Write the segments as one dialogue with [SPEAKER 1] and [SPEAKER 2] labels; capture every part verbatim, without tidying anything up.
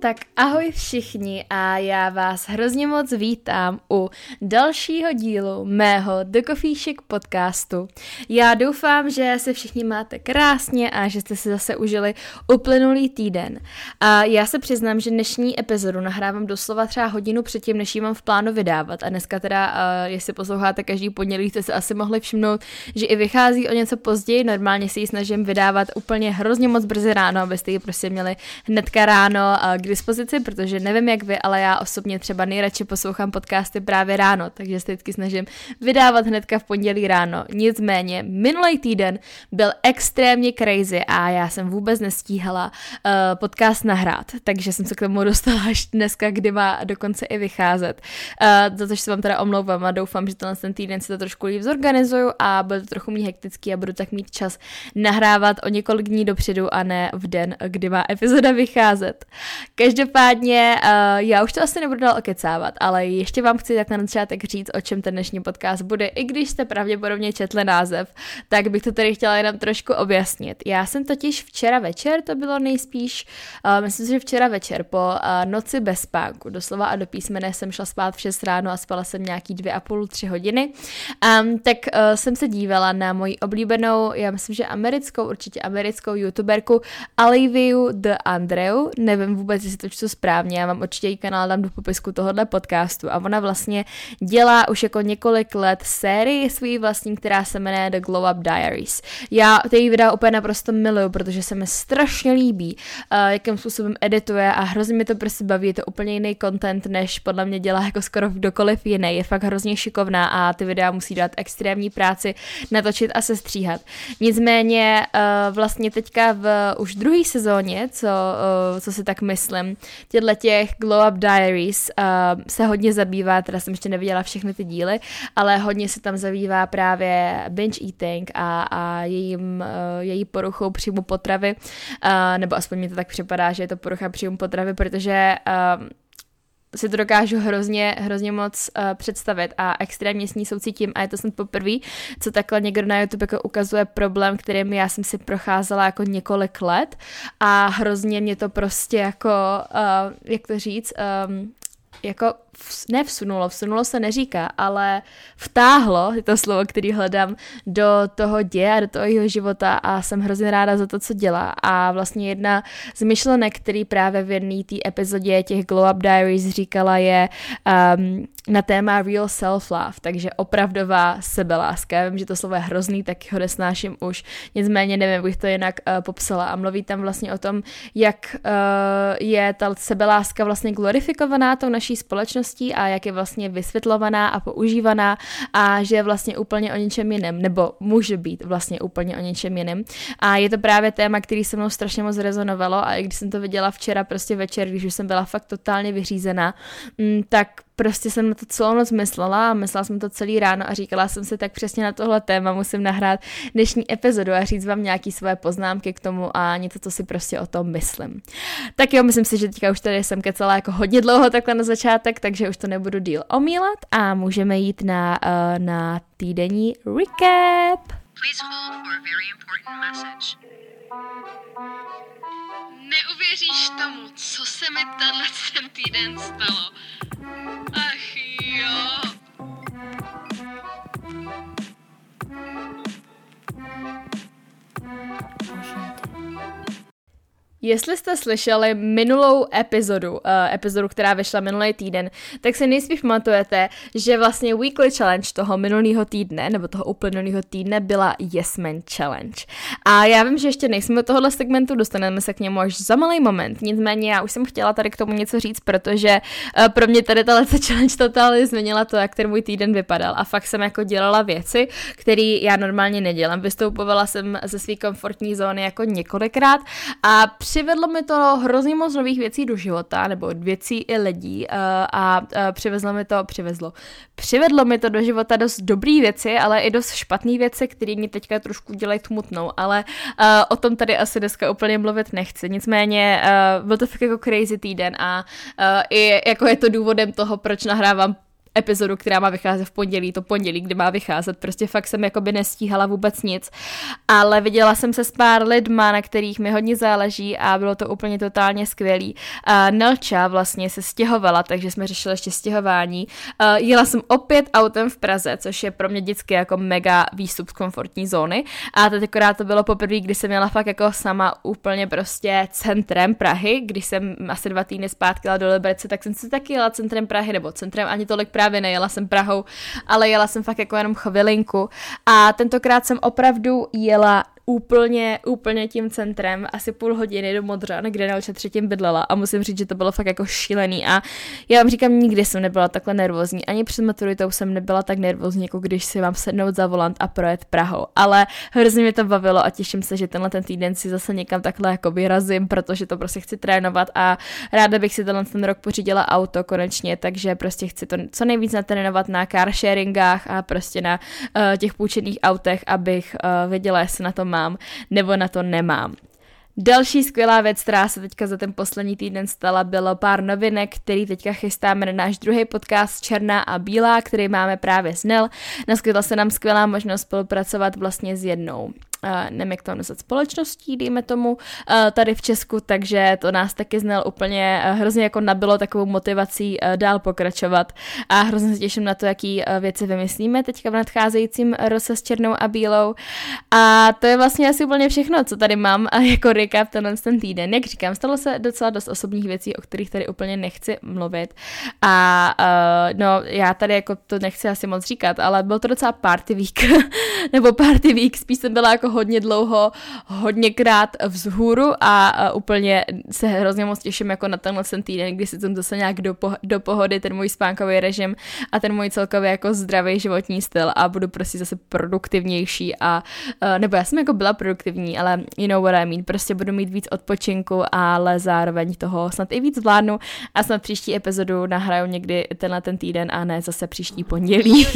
[SPEAKER 1] Tak ahoj všichni a já vás hrozně moc vítám u dalšího dílu mého The Coffee Chick podcastu. Já doufám, že se všichni máte krásně a že jste si zase užili uplynulý týden. A já se přiznám, že dnešní epizodu nahrávám doslova třeba hodinu předtím, než ji mám v plánu vydávat. A dneska teda, uh, jestli posloucháte každý pondělí, jste se asi mohli všimnout, že i vychází o něco později. Normálně si ji snažím vydávat úplně hrozně moc brzy ráno, abyste ji prostě měli hnedka ráno uh, k dispozici, protože nevím jak vy, ale já osobně třeba nejradši poslouchám podcasty právě ráno, takže se vždycky snažím vydávat hnedka v pondělí ráno. Nicméně, minulý týden byl extrémně crazy a já jsem vůbec nestíhala uh, podcast nahrát, takže jsem se k tomu dostala až dneska, kdy má dokonce i vycházet. Uh, za to, že se vám teda omlouvám a doufám, že tenhle ten týden si to trošku líp zorganizuju a bude to trochu méně hektický a budu tak mít čas nahrávat o několik dní dopředu a ne v den, kdy má epizoda vycházet. Každopádně uh, já už to asi nebudu dál okecávat, ale ještě vám chci tak na začátek říct, o čem ten dnešní podcast bude. I když jste pravděpodobně četli název, tak bych to tady chtěla jenom trošku objasnit. Já jsem totiž včera večer, to bylo nejspíš, uh, myslím si, že včera večer po uh, noci bez spánku, doslova a do písmene jsem šla spát v šest ráno a spala jsem nějaký dvě a půl, tři hodiny, um, tak uh, jsem se dívala na moji oblíbenou, já myslím, že americkou, určitě americkou youtuberku Aliviu de Andreu, nevím vůbec, jestli to čtu správně, já vám určitě její kanál dám do popisku tohohle podcastu a ona vlastně dělá už jako několik let sérii svý vlastní, která se jmenuje The Glow Up Diaries. Já ty její videa úplně naprosto miluju, protože se mi strašně líbí, uh, jakým způsobem edituje a hrozně mi to prostě baví, je to úplně jiný content, než podle mě dělá jako skoro kdokoliv jiný, je fakt hrozně šikovná a ty videa musí dát extrémní práci natočit a sestříhat. Nicméně uh, vlastně teďka v už druhé sezóně, co, uh, co si tak myslím, těchto těch Glow Up Diaries uh, se hodně zabývá, teda jsem ještě neviděla všechny ty díly, ale hodně se tam zabývá právě binge eating a, a jejím, uh, její poruchou příjmu potravy, uh, nebo aspoň mi to tak připadá, že je to porucha příjmu potravy, protože uh, si to dokážu hrozně, hrozně moc uh, představit a extrémně s ní soucítím a je to snad poprvé, co takhle někdo na YouTube jako ukazuje problém, kterým já jsem si procházela jako několik let a hrozně mě to prostě jako, uh, jak to říct, um, jako ne vsunulo, vsunulo se neříká, ale vtáhlo, je to slovo, který hledám, do toho děje a do toho jeho života a jsem hrozně ráda za to, co dělá. A vlastně jedna z myšlenek, který právě v jedné té epizodě těch Glow Up Diaries říkala, je um, na téma real self-love, takže opravdová sebeláska. Já vím, že to slovo je hrozný, tak ho nesnáším už, nicméně nevím, bych to jinak uh, popsala a mluví tam vlastně o tom, jak uh, je ta sebeláska vlastně glorifikovaná tou naší společností a jak je vlastně vysvětlovaná a používaná a že je vlastně úplně o něčem jiném, nebo může být vlastně úplně o něčem jiném. A je to právě téma, který se mnou strašně moc rezonovalo a i když jsem to viděla včera prostě večer, když už jsem byla fakt totálně vyřízená, tak prostě jsem na to celou noc myslela a myslela jsem to celý ráno a říkala jsem si tak přesně na tohle téma musím nahrát dnešní epizodu a říct vám nějaký svoje poznámky k tomu a něco, co si prostě o tom myslím. Tak jo, myslím si, že teďka už tady jsem kecala jako hodně dlouho takhle na začátek, takže už to nebudu díl omílat a můžeme jít na, uh, na týdenní recap. Please hold for a very important message. Neuvěříš tomu, co se mi tenhle ten týden stalo. Ach jo. Jestli jste slyšeli minulou epizodu, uh, epizodu, která vyšla minulý týden, tak si nejspíš pamatujete, že vlastně weekly challenge toho minulého týdne, nebo toho uplynulého týdne byla Yes Man Challenge. A já vím, že ještě nejsme do tohohle segmentu, dostaneme se k němu až za malý moment, nicméně já už jsem chtěla tady k tomu něco říct, protože uh, pro mě tady tahle challenge totálně změnila to, jak ten můj týden vypadal a fakt jsem jako dělala věci, které já normálně nedělám. Vystoupovala jsem ze své komfortní zóny jako několikrát a přivedlo mi to hrozně moc nových věcí do života, nebo věcí i lidí uh, a uh, přivezlo mi to, přivezlo, přivedlo mi to do života dost dobrý věci, ale i dost špatný věci, které mě teďka trošku dělají tmutnou, ale uh, o tom tady asi dneska úplně mluvit nechci. Nicméně uh, byl to fakt jako crazy týden a uh, i jako je to důvodem toho, proč nahrávám epizodu, která má vycházet v pondělí, to pondělí, kdy má vycházet, prostě fakt jsem jakoby nestíhala vůbec nic, ale viděla jsem se s pár lidma, na kterých mi hodně záleží a bylo to úplně totálně skvělý. Uh, Nelča vlastně se stěhovala, takže jsme řešili ještě stěhování. Uh, jela jsem opět autem v Praze, což je pro mě vždycky jako mega výstup z komfortní zóny a tentokrát to bylo poprvé, kdy jsem jela fakt jako sama úplně prostě centrem Prahy, když jsem asi dva týdny zpátky jela do Liberce, tak jsem si taky jela centrem Prahy, nebo centrem ani tolik právě nejela jsem Prahou, ale jela jsem fakt jako jenom chvilinku a tentokrát jsem opravdu jela úplně, úplně tím centrem, asi půl hodiny do Modřan, kde Nelča třetím bydlela a musím říct, že to bylo fakt jako šílený a já vám říkám, nikdy jsem nebyla takhle nervózní, ani před maturitou jsem nebyla tak nervózní, jako když si mám sednout za volant a projet Prahou, ale hrozně mě to bavilo a těším se, že tenhle ten týden si zase někam takhle jako vyrazím, protože to prostě chci trénovat a ráda bych si tenhle ten rok pořídila auto konečně, takže prostě chci to co nejvíc natrénovat na car sharingách a prostě na uh, těch půjčených autech, abych uh, věděla, jestli na to mám nebo na to nemám. Další skvělá věc, která se teďka za ten poslední týden stala, bylo pár novinek, který teďka chystáme na náš druhý podcast Černá a bílá, který máme právě s Nel. Naskytla se nám skvělá možnost spolupracovat vlastně s jednou Uh, nevím, jak to nazvat, společností, dejme tomu, uh, tady v Česku, takže to nás taky znal úplně uh, hrozně jako nabilo takovou motivací uh, dál pokračovat a hrozně se těším na to, jaký uh, věci vymyslíme teďka v nadcházejícím roce s Černou a bílou a to je vlastně asi úplně všechno, co tady mám uh, jako recap tenhle ten týden. Jak říkám, stalo se docela dost osobních věcí, o kterých tady úplně nechci mluvit a uh, no já tady jako to nechci asi moc říkat, ale byl to docela party week nebo party week, spíš jsem byla jako hodně dlouho, hodněkrát vzhůru a, a úplně se hrozně moc těším jako na tenhle ten týden, kdy si jsem zase nějak do, po, do pohody ten můj spánkový režim a ten můj celkově jako zdravý životní styl a budu prostě zase produktivnější a uh, nebo já jsem jako byla produktivní, ale you know what I mean, prostě budu mít víc odpočinku, ale zároveň toho snad i víc zvládnu a snad příští epizodu nahraju někdy tenhle ten týden a ne zase příští pondělí.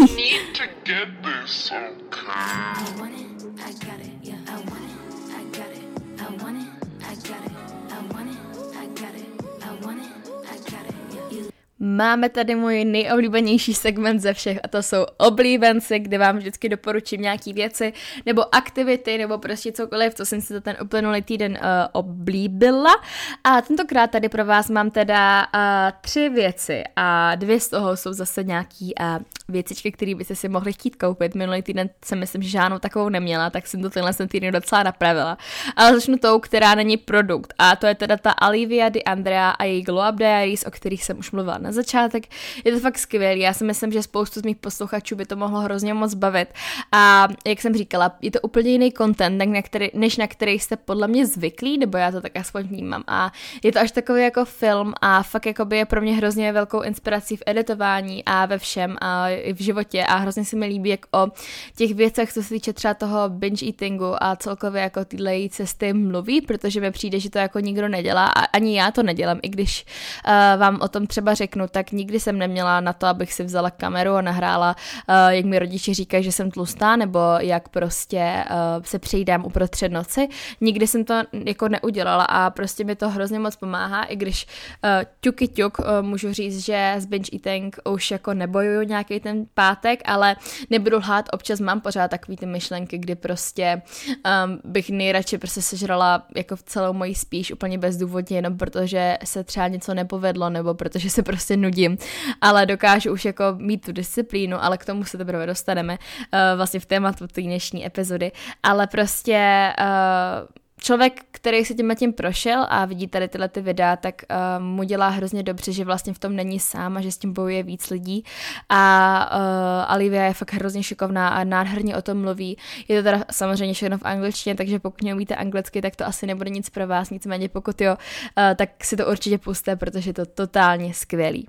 [SPEAKER 1] I got it, yeah, I want it, I got it, I want it, I got it, I want it, I got it, I want it, I got it, yeah. Máme tady můj nejoblíbenější segment ze všech a to jsou oblíbenci, kde vám vždycky doporučím nějaký věci nebo aktivity nebo prostě cokoliv, co jsem si za ten uplynulý týden uh, oblíbila a tentokrát tady pro vás mám teda uh, tři věci a dvě z toho jsou zase nějaký uh, věcičky, které byste si mohli chtít koupit. Minulý týden jsem myslím, že žádnou takovou neměla, tak jsem to tenhle ten týden docela napravila. Ale začnu tou, která není produkt a to je teda ta Olivia de Andrea a její Glow Up Diaries, o kterých jsem už mluvila na začátek. Je to fakt skvělý, já si myslím, že spoustu z mých posluchačů by to mohlo hrozně moc bavit a jak jsem říkala, je to úplně jiný content, na který, než na který jste podle mě zvyklí, nebo já to tak aspoň vnímám a je to až takový jako film a fakt jakoby je pro mě hrozně velkou inspirací v editování a ve všem a i v životě a hrozně se mi líbí, jak o těch věcech, co se týče třeba toho binge eatingu a celkově jako tyhle její cesty mluví, protože mi přijde, že to jako nikdo nedělá a ani já to nedělám, i když uh, vám o tom třeba řeknu, tak nikdy jsem neměla na to, abych si vzala kameru a nahrála, uh, jak mi rodiče říkají, že jsem tlustá, nebo jak prostě uh, se přejdám uprostřed noci. Nikdy jsem to jako neudělala a prostě mi to hrozně moc pomáhá, i když uh, ťuky ťuk uh, můžu říct, že s binge eating už jako nebojuju nějaký ten pátek, ale nebudu lhát, občas mám pořád takový ty myšlenky, kdy prostě um, bych nejradši prostě sežrala jako v celou moji spíš úplně bezdůvodně, jenom protože se třeba něco nepovedlo, nebo protože se prostě nudím, ale dokážu už jako mít tu disciplínu, ale k tomu se teprve dostaneme uh, vlastně v tématu té dnešní epizody, ale prostě uh, člověk, který se tím tím prošel a vidí tady tyhle ty videa, tak uh, mu dělá hrozně dobře, že vlastně v tom není sám a že s tím bojuje víc lidí a uh, Olivia je fakt hrozně šikovná a nádherně o tom mluví. Je to teda samozřejmě všechno v angličtině, takže pokud neumíte anglicky, tak to asi nebude nic pro vás, nicméně pokud jo, uh, tak si to určitě pusťte, protože je to totálně skvělý.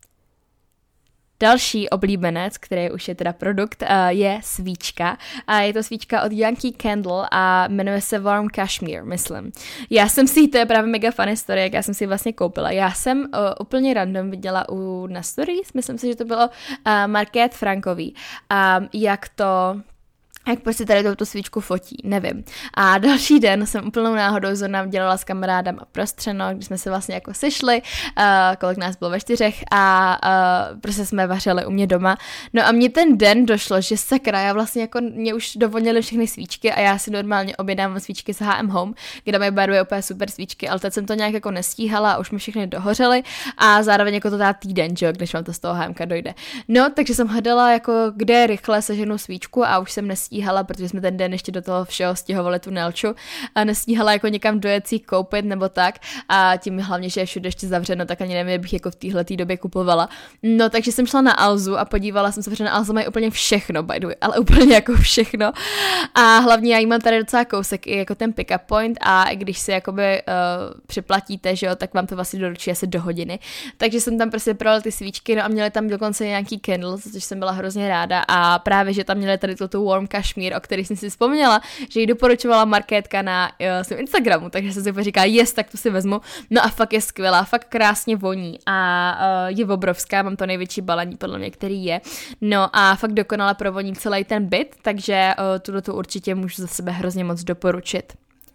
[SPEAKER 1] Další oblíbenec, který už je teda produkt, je svíčka. A je to svíčka od Yankee Candle a jmenuje se Warm Cashmere, myslím. Já jsem si, to je právě mega funny story, jak já jsem si ji vlastně koupila. Já jsem uh, úplně random viděla u na stories, myslím si, že to bylo uh, Marquette Frankový. A jak to jak prostě tady touto svíčku fotí, nevím. A další den jsem úplnou náhodou zrovna dělala s kamarádem a prostřeno, když jsme se vlastně jako sešli, uh, kolik nás bylo ve čtyřech a uh, prostě jsme vařili u mě doma. No a mně ten den došlo, že sakra, já vlastně jako mě už dovolnily všechny svíčky a já si normálně objednávám svíčky z H M Home, kde mají barvy úplně super svíčky, ale teď jsem to nějak jako nestíhala a už mi všechny dohořely a zároveň jako to dá týden, že jo, když vám to z toho H M K dojde. No, takže jsem hledala jako kde rychle seženu svíčku a už jsem nestíhala, protože jsme ten den ještě do toho všeho stěhovali tu Nelču a nestíhala jako někam dojet si koupit nebo tak a tím hlavně, že je všude ještě zavřeno, tak ani nevím, jak bych jako v téhletý době kupovala. No, takže jsem šla na Alzu a podívala jsem se, protože na Alzu mají úplně všechno, by the way, ale úplně jako všechno a hlavně já jí mám tady docela kousek i jako ten pick-up point a i když si jakoby uh, připlatíte, že jo, tak vám to vlastně doručí asi do hodiny. Takže jsem tam prostě prodala ty svíčky, no a měli tam dokonce nějaký candles, což jsem byla hrozně ráda a právě, že tam měli tady tu warm Kashmir, o který jsem si vzpomněla, že ji doporučovala Markétka na uh, svém Instagramu, takže jsem si říká, yes, tak tu si vezmu. No a fakt je skvělá, fakt krásně voní a uh, je obrovská, mám to největší balení podle mě, který je. No a fakt dokonale provoní celý ten byt, takže uh, tuto tu určitě můžu za sebe hrozně moc doporučit.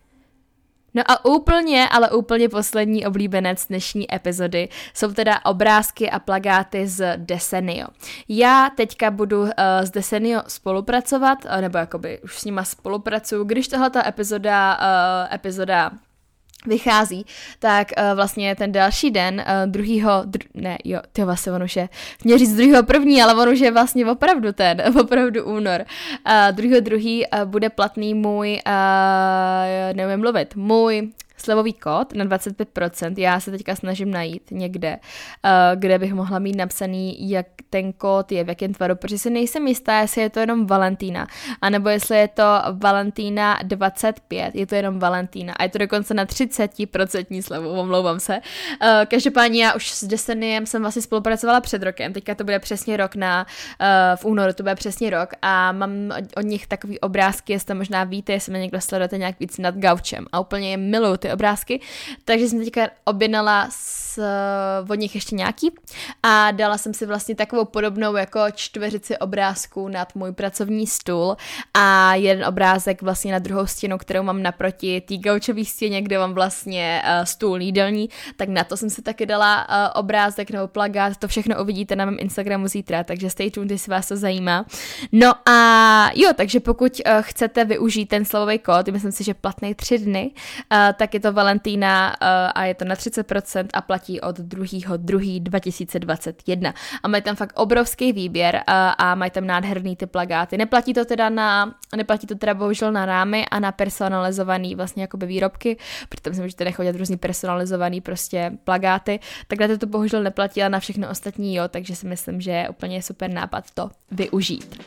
[SPEAKER 1] No a úplně, ale úplně poslední oblíbenec dnešní epizody jsou teda obrázky a plakáty z Desenio. Já teďka budu uh, s Desenio spolupracovat, nebo jakoby už s nima spolupracuju, když tahleta epizoda, uh, epizoda vychází, tak uh, vlastně ten další den, uh, druhýho, dru, ne, jo, ty vlastně on už je, mě říct druhýho první, ale on už je vlastně opravdu ten, opravdu únor. Uh, druhýho druhý uh, bude platný můj, uh, nevím mluvit, můj slevový kód na dvacet pět procent. Já se teďka snažím najít někde, uh, kde bych mohla mít napsaný, jak ten kód je, v jakém tvaru, protože si nejsem jistá, jestli je to jenom Valentína, anebo jestli je to Valentína dvacet pět, je to jenom Valentína a je to dokonce na třicet procent slevu, omlouvám se. Uh, každopádně já už s Deseniem jsem vlastně spolupracovala před rokem, teďka to bude přesně rok na, uh, v únoru to bude přesně rok a mám od, od nich takový obrázky, jestli to možná víte, jestli mě někdo sledujete nějak víc nad gaučem a úplně je miluju ty obrázky, takže jsem teďka objednala s, od nich ještě nějaký a dala jsem si vlastně takovou podobnou jako čtveřici obrázků nad můj pracovní stůl a jeden obrázek vlastně na druhou stěnu, kterou mám naproti té gaučové stěně, kde mám vlastně uh, stůl jídelní, tak na to jsem si taky dala uh, obrázek nebo plakát, to všechno uvidíte na mém Instagramu zítra, takže stay tuned, jestli vás to zajímá. No a jo, takže pokud uh, chcete využít ten slovový kód, myslím si, že platný tři dny, uh, tak je to Valentína uh, a je to na třicet procent a platí od druhého druhého dva tisíce dvacet jedna. A mají tam fakt obrovský výběr uh, a mají tam nádherný ty plakáty. Neplatí to teda na, neplatí to teda bohužel na rámy a na personalizovaný vlastně jakoby výrobky, protože si můžete nechodit různý personalizovaný prostě plakáty. Takhle to bohužel neplatí, ale na všechno ostatní jo, takže si myslím, že je úplně super nápad to využít.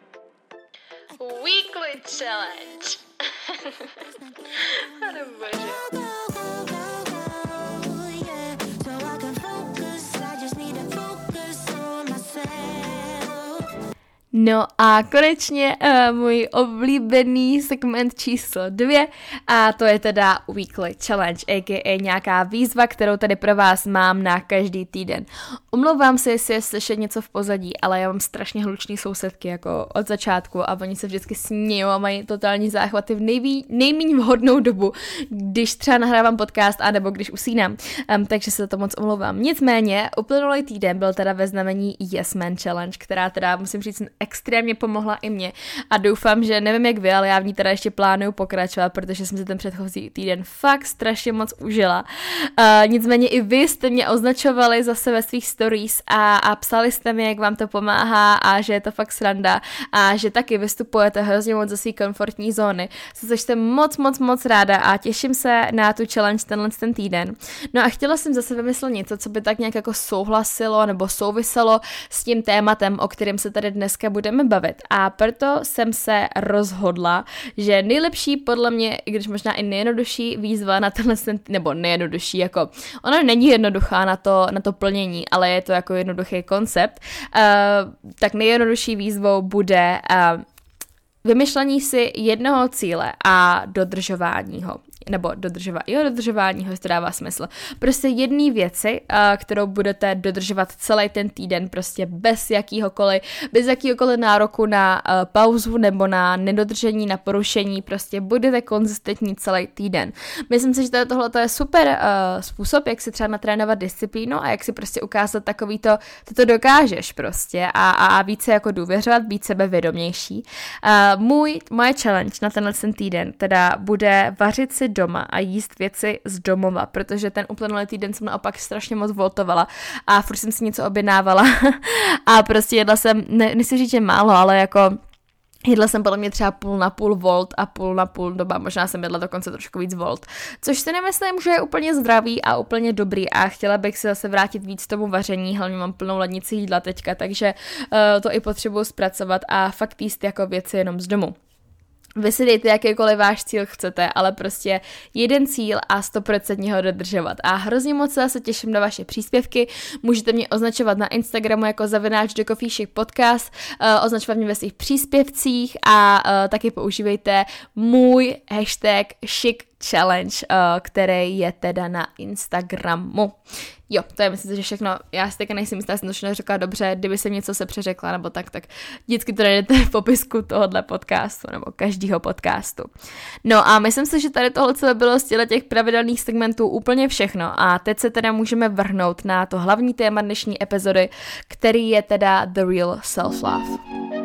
[SPEAKER 1] Weekly challenge. No a konečně uh, můj oblíbený segment číslo dvě a to je teda Weekly Challenge, aka nějaká výzva, kterou tady pro vás mám na každý týden. Omlouvám se, jestli je slyšet něco v pozadí, ale já mám strašně hlučný sousedky jako od začátku a oni se vždycky smějou a mají totální záchvaty v nejví, nejméně vhodnou dobu, když třeba nahrávám podcast a nebo když usínám, um, takže se za to moc omlouvám. Nicméně, uplynulý týden byl teda ve znamení Yes Man Challenge, která teda, musím říct, extrémně pomohla i mě a doufám, že nevím jak vy, ale já v ní teda ještě plánuju pokračovat, protože jsem si ten předchozí týden fakt strašně moc užila. Uh, nicméně i vy jste mě označovali zase ve svých stories a, a psali jste mi, jak vám to pomáhá a že je to fakt sranda a že taky vystupujete hrozně moc ze své komfortní zóny, což jsem moc, moc, moc ráda a těším se na tu challenge tenhle ten týden. No a chtěla jsem zase vymyslet něco, co by tak nějak jako souhlasilo nebo souviselo s tím tématem, o kterém se tady dneska budeme bavit. A proto jsem se rozhodla, že nejlepší podle mě, i když možná i nejjednodušší výzva na tenhle, nebo nejjednodušší, jako ona není jednoduchá na to, na to plnění, ale je to jako jednoduchý koncept, uh, tak nejjednodušší výzvou bude uh, vymyšlení si jednoho cíle a dodržování ho. nebo dodržování, jo, dodržování, ho to dává smysl. Prostě jedné věci, kterou budete dodržovat celý ten týden, prostě bez jakýhokoliv, bez jakýhokoliv nároku na uh, pauzu nebo na nedodržení, na porušení, prostě budete konzistentní celý týden. Myslím si, že tohle je super uh, způsob, jak si třeba natrénovat disciplínu a jak si prostě ukázat takový to, ty to dokážeš prostě a, a více jako důvěřovat, být sebevědomější. Uh, můj, moje challenge na tenhle ten týden teda bude vařit si doma a jíst věci z domova, protože ten uplynulý týden jsem naopak strašně moc voltovala a furt jsem si něco objednávala a prostě jedla jsem, ne, nechci říct, že málo, ale jako jedla jsem podle mě třeba půl na půl volt a půl na půl doba, možná jsem jedla dokonce trošku víc volt, což si nemyslím, že je úplně zdravý a úplně dobrý a chtěla bych se zase vrátit víc tomu vaření, hlavně mám plnou lednici jídla teďka, takže uh, to i potřebuji zpracovat a fakt jíst jako věci jenom z domu. Vy si dejte jakýkoliv váš cíl chcete, ale prostě jeden cíl a sto procent ho dodržovat. A hrozně moc se těším na vaše příspěvky. Můžete mě označovat na Instagramu jako zavináč The Coffee Chic Podcast, uh, označovat mě ve svých příspěvcích a uh, taky používejte můj hashtag Chic Challenge, uh, který je teda na Instagramu. Jo, to je myslím, že všechno. Já si teďka nejsem jistá, jsem to všechno řekla dobře, kdyby jsem něco se přeřekla, nebo tak, tak vždycky to najdete v popisku tohohle podcastu, nebo každého podcastu. No a myslím si, že tady tohle co bylo z těch pravidelných segmentů úplně všechno a teď se teda můžeme vrhnout na to hlavní téma dnešní epizody, který je teda The Real Self-Love.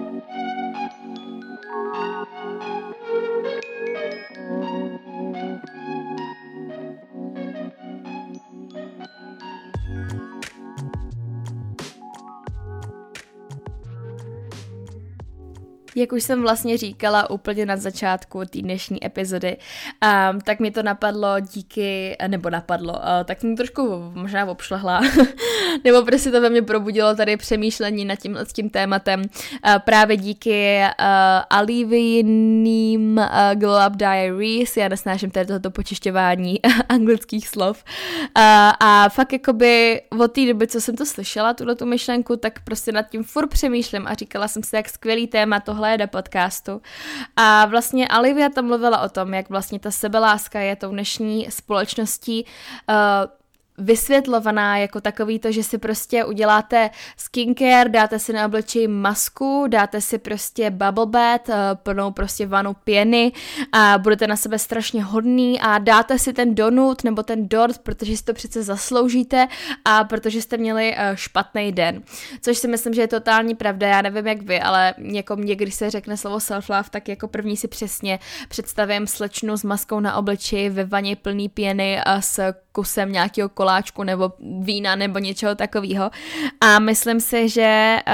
[SPEAKER 1] Jak už jsem vlastně říkala úplně na začátku té dnešní epizody, um, tak mi to napadlo díky, nebo napadlo, uh, tak jsem trošku možná obšlehla, nebo prostě to ve mně probudilo tady přemýšlení nad tím, nad tím tématem, uh, právě díky uh, Aliviným uh, Glow Up Diaries, já nesnáším tady tohoto počišťování anglických slov, uh, a fakt jakoby od té doby, co jsem to slyšela, tuhle tu myšlenku, tak prostě nad tím furt přemýšlím a říkala jsem si, jak skvělý téma tohle je do podcastu. A vlastně Alivia tam mluvila o tom, jak vlastně ta sebeláska je tou dnešní společností uh, vysvětlovaná jako takový to, že si prostě uděláte skincare, dáte si na obličeji masku, dáte si prostě bubble bath, plnou prostě vanu pěny a budete na sebe strašně hodný a dáte si ten donut nebo ten dort, protože si to přece zasloužíte a protože jste měli špatný den. Což si myslím, že je totální pravda, já nevím jak vy, ale jako mě, když se řekne slovo self-love, tak jako první si přesně představím slečnu s maskou na obličeji ve vaně plný pěny a s kusem nějakého koláčku nebo vína nebo něčeho takového. A myslím si, že uh,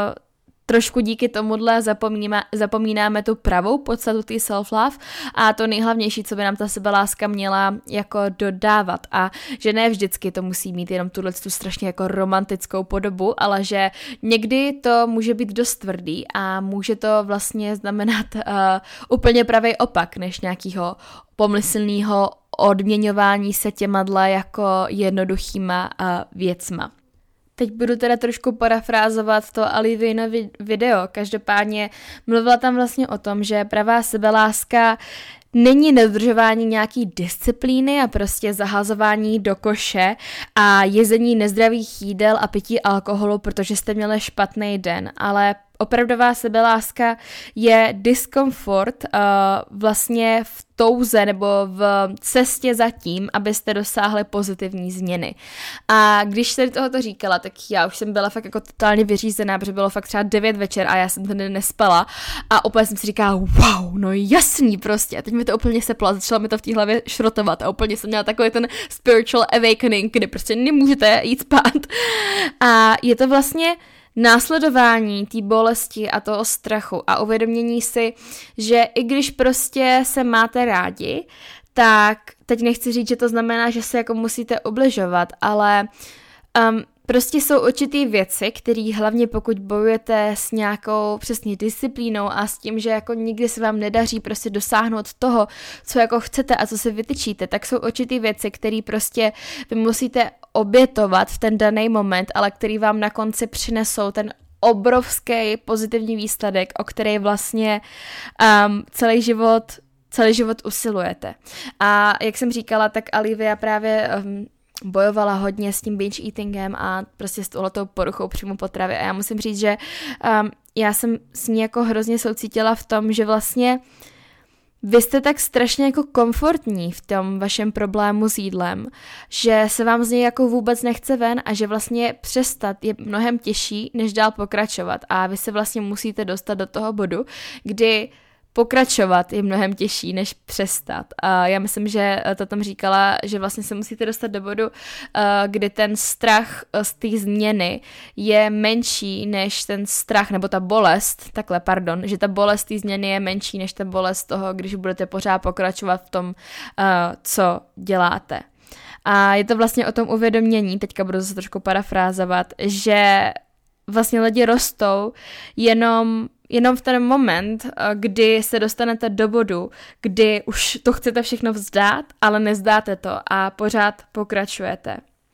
[SPEAKER 1] trošku díky tomuhle zapomínáme, zapomínáme tu pravou podstatu té self-love a to nejhlavnější, co by nám ta sebeláska měla jako dodávat a že ne vždycky to musí mít jenom tuhle tu strašně jako romantickou podobu, ale že někdy to může být dost tvrdý a může to vlastně znamenat uh, úplně pravý opak než nějakýho pomyslného odměňování se těma jako jednoduchýma uh, věcma. Teď budu teda trošku parafrázovat to Alivino video. Každopádně mluvila tam vlastně o tom, že pravá sebeláska není nedodržování nějaký disciplíny a prostě zahazování do koše a jezení nezdravých jídel a pití alkoholu, protože jste měli špatný den, ale opravdová sebeláska je diskomfort uh, vlastně v touze nebo v cestě za tím, abyste dosáhli pozitivní změny. A když jsem tohoto říkala, tak já už jsem byla fakt jako totálně vyřízená, protože bylo fakt třeba devět večer a já jsem tady nespala a úplně jsem si říkala, wow, no jasný prostě. A teď mi to úplně seplo a začala mi to v té hlavě šrotovat a úplně jsem měla takový ten spiritual awakening, kdy prostě nemůžete jít spát. A je to vlastně následování té bolesti a toho strachu a uvědomění si, že i když prostě se máte rádi, tak teď nechci říct, že to znamená, že se jako musíte ubližovat, ale um, prostě jsou určitý věci, které hlavně pokud bojujete s nějakou přesně disciplínou a s tím, že jako nikdy se vám nedaří prostě dosáhnout toho, co jako chcete a co si vytyčíte, tak jsou určitý věci, které prostě vy musíte obětovat v ten daný moment, ale který vám na konci přinesou ten obrovský pozitivní výsledek, o který vlastně um, celý život celý život usilujete. A jak jsem říkala, tak Olivia právě um, bojovala hodně s tím binge eatingem a prostě s touhletou poruchou příjmu potravy. A já musím říct, že um, já jsem s ní jako hrozně soucítila v tom, že vlastně vy jste tak strašně jako komfortní v tom vašem problému s jídlem, že se vám z něj jako vůbec nechce ven a že vlastně přestat je mnohem těžší, než dál pokračovat. A vy se vlastně musíte dostat do toho bodu, kdy pokračovat je mnohem těžší, než přestat. A já myslím, že to tam říkala, že vlastně se musíte dostat do bodu, kdy ten strach z té změny je menší než ten strach, nebo ta bolest, takhle, pardon, že ta bolest té změny je menší než ta bolest toho, když budete pořád pokračovat v tom, co děláte. A je to vlastně o tom uvědomění, teďka budu zase trošku parafrázovat, že vlastně lidi rostou jenom Jenom v ten moment, kdy se dostanete do bodu, kdy už to chcete všechno vzdát, ale nezdáte to a pořád pokračujete.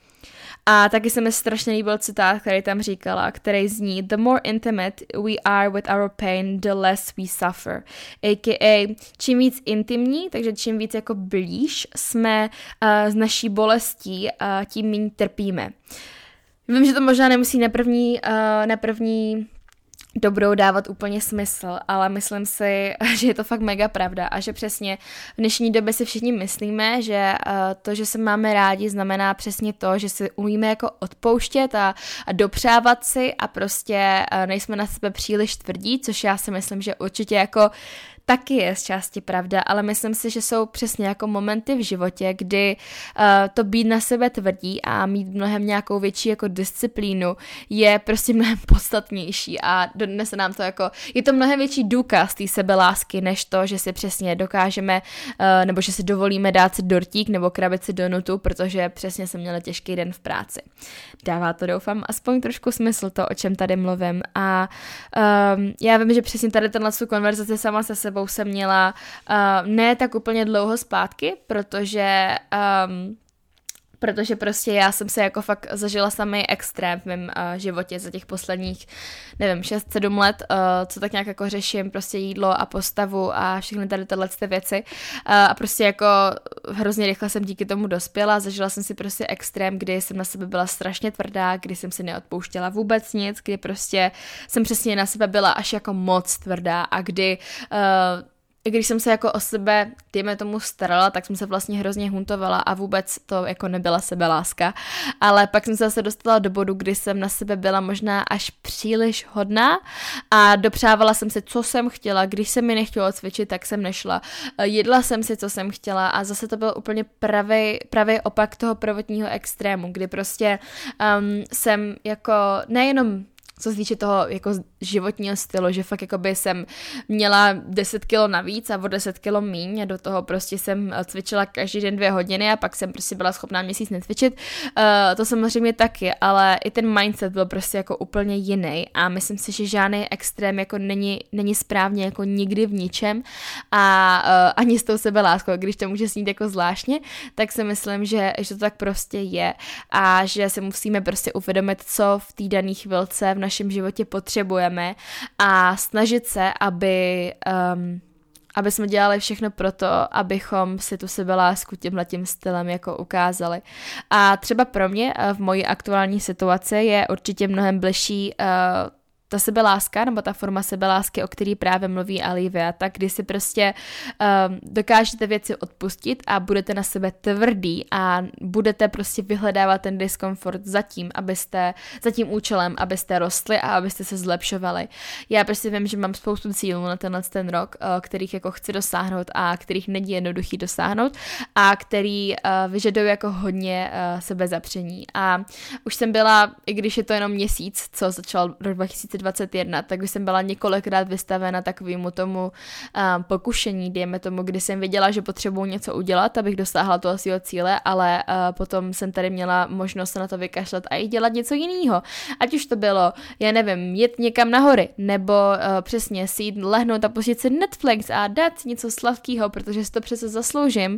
[SPEAKER 1] A taky se mi strašně líbil citát, který tam říkala, který zní The more intimate we are with our pain, the less we suffer. A K A čím víc intimní, takže čím víc jako blíž jsme uh, s naší bolestí, uh, tím méně trpíme. Vím, že to možná nemusí na první, uh, na první dobrou dávat úplně smysl, ale myslím si, že je to fakt mega pravda a že přesně v dnešní době si všichni myslíme, že uh, to, že se máme rádi, znamená přesně to, že si umíme jako odpouštět a, a dopřávat si a prostě uh, nejsme na sebe příliš tvrdí, což já si myslím, že určitě jako taky je z části pravda, ale myslím si, že jsou přesně jako momenty v životě, kdy uh, to být na sebe tvrdí a mít mnohem nějakou větší jako disciplínu je prostě mnohem podstatnější a dodnes se nám to jako, je to mnohem větší důkaz té sebelásky, než to, že si přesně dokážeme, uh, nebo že si dovolíme dát si dortík nebo krabici donutu, protože přesně jsem měla těžký den v práci. Dává to, doufám, aspoň trošku smysl to, o čem tady mluvím a um, já vím, že přesně tady tenhle konverzaci sama se sebou jsem měla uh, ne tak úplně dlouho zpátky, protože um, protože prostě já jsem se jako fakt zažila samý extrém v mém uh, životě za těch posledních, nevím, šest sedm let, uh, co tak nějak jako řeším, prostě jídlo a postavu a všechny tady tyhle věci uh, a prostě jako hrozně rychle jsem díky tomu dospěla, zažila jsem si prostě extrém, kdy jsem na sebe byla strašně tvrdá, kdy jsem si neodpouštěla vůbec nic, kdy prostě jsem přesně na sebe byla až jako moc tvrdá a kdy uh, i když jsem se jako o sebe, dejme tomu, starala, tak jsem se vlastně hrozně huntovala a vůbec to jako nebyla sebeláska. Ale pak jsem se zase dostala do bodu, kdy jsem na sebe byla možná až příliš hodná a dopřávala jsem si, co jsem chtěla. Když se mi nechtělo cvičit, tak jsem nešla. Jedla jsem si, co jsem chtěla a zase to byl úplně pravý, pravý opak toho prvotního extrému, kdy prostě um, jsem jako nejenom co se týče toho jako životního stylu, že fakt jako by jsem měla deset kilo navíc a o deset kilo míň a do toho prostě jsem cvičila každý den dvě hodiny a pak jsem prostě byla schopná měsíc necvičit. Uh, to samozřejmě taky, ale i ten mindset byl prostě jako úplně jiný a myslím si, že žádný extrém jako není, není správně jako nikdy v ničem a uh, ani s tou sebeláskou, když to může snít jako zvláštně, tak si myslím, že, že to tak prostě je a že se musíme prostě uvědomit, co v té dané chvilce v našem životě potřebujeme a snažit se, aby, um, aby jsme dělali všechno pro to, abychom si tu sebelásku tímhletím stylem jako ukázali. A třeba pro mě v mojí aktuální situaci je určitě mnohem bližší uh, ta sebeláska, nebo ta forma sebelásky, o který právě mluví Olivia, tak kdy si prostě um, dokážete věci odpustit a budete na sebe tvrdý a budete prostě vyhledávat ten diskomfort za tím, abyste, za tím účelem, abyste rostli a abyste se zlepšovali. Já prostě vím, že mám spoustu cílů na tenhle ten rok, uh, kterých jako chci dosáhnout a kterých není jednoduchý dosáhnout a který uh, vyžadují jako hodně uh, sebezapření. A už jsem byla, i když je to jenom měsíc, co začal rok dva tisíce dvacet jedna, tak už jsem byla několikrát vystavena takovému tomu um, pokušení, dejme tomu, kdy jsem věděla, že potřebuji něco udělat, abych dosáhla toho svého cíle, ale uh, potom jsem tady měla možnost se na to vykašlat a i dělat něco jiného. Ať už to bylo, já nevím, jet někam na hory, nebo uh, přesně si jít lehnout a pustit si Netflix a dát si něco sladkého, protože si to přece zasloužím,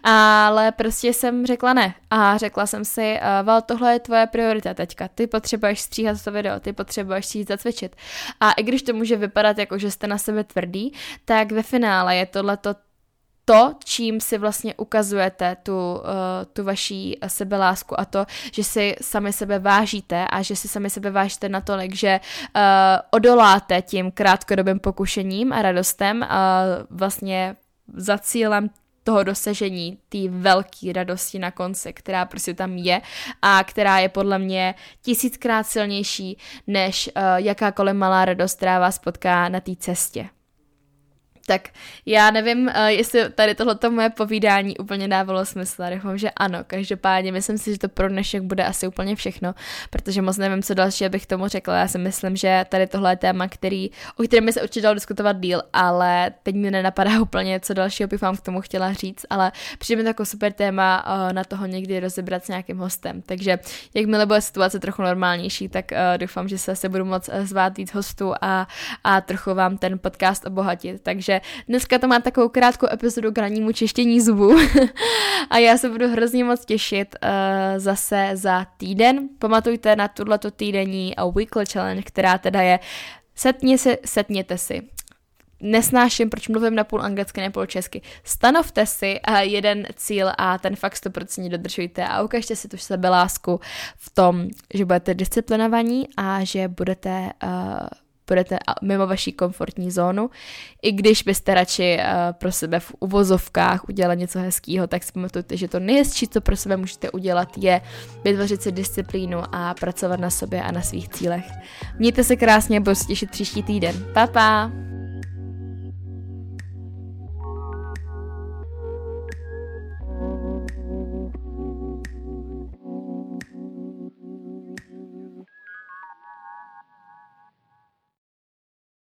[SPEAKER 1] ale prostě jsem řekla ne a řekla jsem si, uh, Val, tohle je tvoje priorita teďka, ty potřebuješ stříhat to video, ty potřebuješ si jít zacvičit. A i když to může vypadat jako, že jste na sebe tvrdý, tak ve finále je tohleto to, čím si vlastně ukazujete tu, uh, tu vaší sebelásku a to, že si sami sebe vážíte a že si sami sebe vážíte natolik, že uh, odoláte tím krátkodobým pokušením a radostem uh, vlastně za cílem toho dosažení té velké radosti na konci, která prostě tam je a která je podle mě tisíckrát silnější než uh, jakákoliv malá radost, která vás potká na té cestě. Tak já nevím, jestli tady tohleto moje povídání úplně dávalo smysl, já doufám, že ano, každopádně myslím si, že to pro dnešek bude asi úplně všechno, protože moc nevím, co další bych tomu řekla, já si myslím, že tady tohle je téma, který, o kterém by se určitě dalo diskutovat díl, ale teď mi nenapadá úplně, co dalšího bych vám k tomu chtěla říct, ale přijde mi to jako super téma na toho někdy rozebrat s nějakým hostem, takže jakmile bude situace trochu normálnější, tak doufám, že se asi budu moc zvát víc hostů a, a trochu vám ten podcast obohatit, takže dneska to má takovou krátkou epizodu k rannímu čištění zubů a já se budu hrozně moc těšit uh, zase za týden. Pamatujte na tuhleto týdenní uh, weekly challenge, která teda je setně si, setněte si. Nesnáším, proč mluvím napůl anglicky, napůl česky. Stanovte si uh, jeden cíl a ten fakt sto procent dodržujte a ukažte si tu sebelásku v tom, že budete disciplinovaní a že budete... Uh, budete mimo vaší komfortní zónu. I když byste radši uh, pro sebe v uvozovkách udělali něco hezkýho, tak si pamatujte, že to nejhezčí, co pro sebe můžete udělat, je vytvořit si disciplínu a pracovat na sobě a na svých cílech. Mějte se krásně, budu se těšit příští týden. Pa, pa!